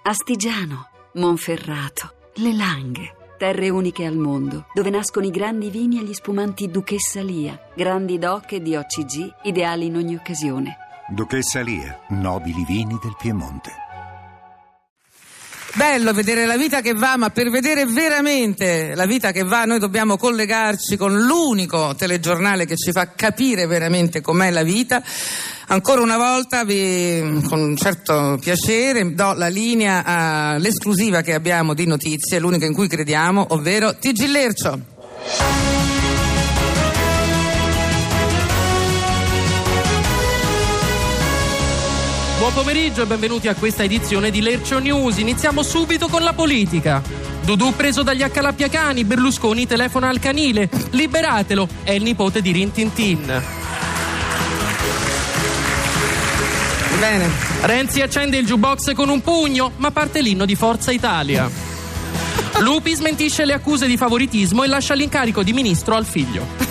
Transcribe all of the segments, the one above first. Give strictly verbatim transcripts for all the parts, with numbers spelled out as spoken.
Astigiano, Monferrato, Le Langhe. Terre uniche al mondo, dove nascono i grandi vini e gli spumanti Duchessa Lia, grandi doc e di O C G, ideali in ogni occasione. Duchessa Lia, nobili vini del Piemonte. Bello vedere la vita che va, ma per vedere veramente la vita che va noi dobbiamo collegarci con l'unico telegiornale che ci fa capire veramente com'è la vita. Ancora una volta vi, con un certo piacere, do la linea all'esclusiva che abbiamo di notizie, l'unica in cui crediamo, ovvero T G Lercio. Buon pomeriggio e benvenuti a questa edizione di Lercio News. Iniziamo subito con la politica. Dudù preso dagli accalappiacani, Berlusconi telefona al canile. Liberatelo, è il nipote di Rin Tin Tin. Bene. Renzi accende il jukebox con un pugno, ma parte l'inno di Forza Italia. Lupi smentisce le accuse di favoritismo e lascia l'incarico di ministro al figlio.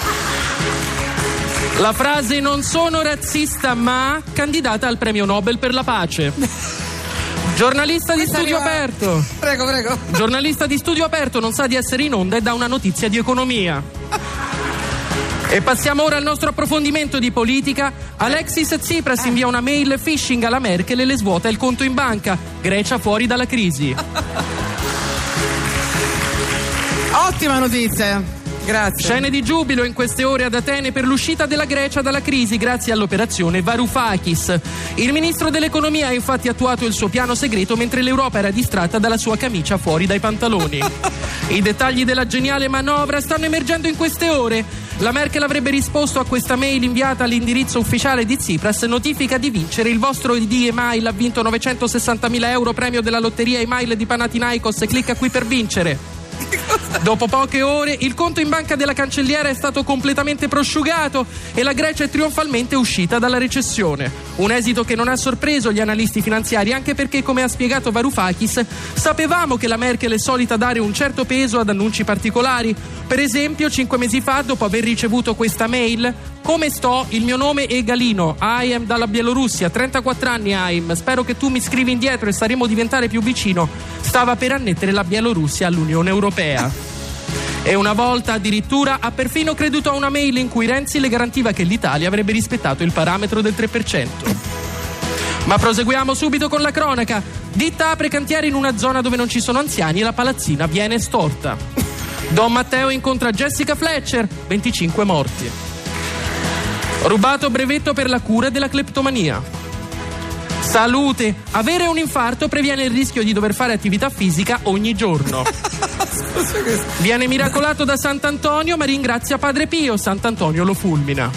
La frase "non sono razzista ma" candidata al premio Nobel per la pace. Giornalista di studio aperto. Prego, prego. Giornalista di studio aperto non sa di essere in onda e dà una notizia di economia. E passiamo ora al nostro approfondimento di politica. Alexis Tsipras invia una mail phishing alla Merkel e le svuota il conto in banca. Grecia fuori dalla crisi. Ottima notizia. Grazie. Scene di giubilo in queste ore ad Atene per l'uscita della Grecia dalla crisi grazie all'operazione Varoufakis. Il ministro dell'economia ha infatti attuato il suo piano segreto mentre l'Europa era distratta dalla sua camicia fuori dai pantaloni. I dettagli della geniale manovra stanno emergendo in queste ore. La Merkel avrebbe risposto a questa mail inviata all'indirizzo ufficiale di Tsipras: notifica di vincere, il vostro I D email ha vinto novecentosessantamila euro premio della lotteria email di Panathinaikos, clicca qui per vincere. Dopo poche ore il conto in banca della cancelliera è stato completamente prosciugato e la Grecia è trionfalmente uscita dalla recessione. Un esito che non ha sorpreso gli analisti finanziari, anche perché, come ha spiegato Varoufakis, sapevamo che la Merkel è solita dare un certo peso ad annunci particolari. Per esempio, cinque mesi fa, dopo aver ricevuto questa mail: "Come sto? Il mio nome è Galino, I am dalla Bielorussia, trentaquattro anni I am, spero che tu mi scrivi indietro e saremo diventare più vicino", stava per annettere la Bielorussia all'Unione Europea. E una volta addirittura ha perfino creduto a una mail in cui Renzi le garantiva che l'Italia avrebbe rispettato il parametro del tre per cento. Ma proseguiamo subito con la cronaca. Ditta apre cantieri in una zona dove non ci sono anziani e la palazzina viene estorta. Don Matteo incontra Jessica Fletcher, venticinque morti. Rubato brevetto per la cura della cleptomania. Salute, avere un infarto previene il rischio di dover fare attività fisica ogni giorno. Viene miracolato da Sant'Antonio ma ringrazia Padre Pio, Sant'Antonio lo fulmina.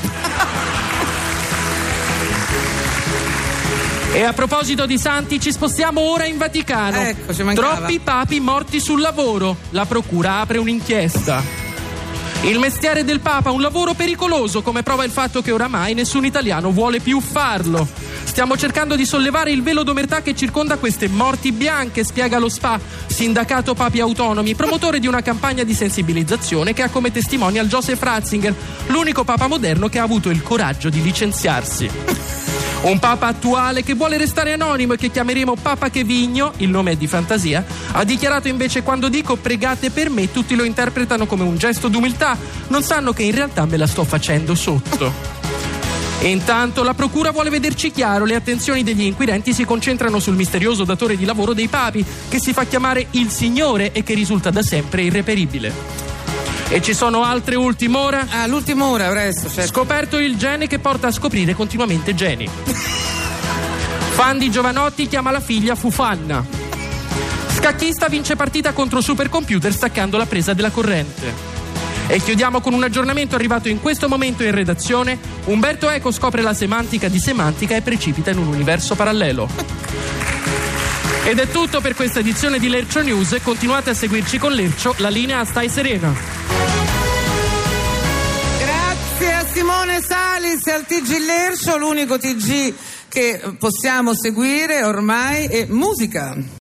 E a proposito di santi, ci spostiamo ora in Vaticano. Ecco, ci mancava. Troppi papi morti sul lavoro, la procura apre un'inchiesta. Il mestiere del Papa, un lavoro pericoloso, come prova il fatto che oramai nessun italiano vuole più farlo. Stiamo cercando di sollevare il velo d'omertà che circonda queste morti bianche, spiega lo S P A, sindacato Papi Autonomi, promotore di una campagna di sensibilizzazione che ha come testimonial Joseph Ratzinger, l'unico Papa moderno che ha avuto il coraggio di licenziarsi. Un Papa attuale che vuole restare anonimo e che chiameremo Papa Chevigno, il nome è di fantasia, ha dichiarato invece: "Quando dico pregate per me, tutti lo interpretano come un gesto d'umiltà, non sanno che in realtà me la sto facendo sotto". E intanto la procura vuole vederci chiaro, le attenzioni degli inquirenti si concentrano sul misterioso datore di lavoro dei papi, che si fa chiamare il Signore e che risulta da sempre irreperibile. E ci sono altre ultime ora? Ah, l'ultima ora, presto. Certo. Scoperto il gene che porta a scoprire continuamente geni. Fan di Giovanotti chiama la figlia Fufanna. Scacchista vince partita contro supercomputer staccando la presa della corrente. E chiudiamo con un aggiornamento arrivato in questo momento in redazione. Umberto Eco scopre la semantica di semantica e precipita in un universo parallelo. Ed è tutto per questa edizione di Lercio News. Continuate a seguirci con Lercio, la linea Stai Serena. Grazie a Simone Salis e al T G Lercio, l'unico T G che possiamo seguire ormai è musica.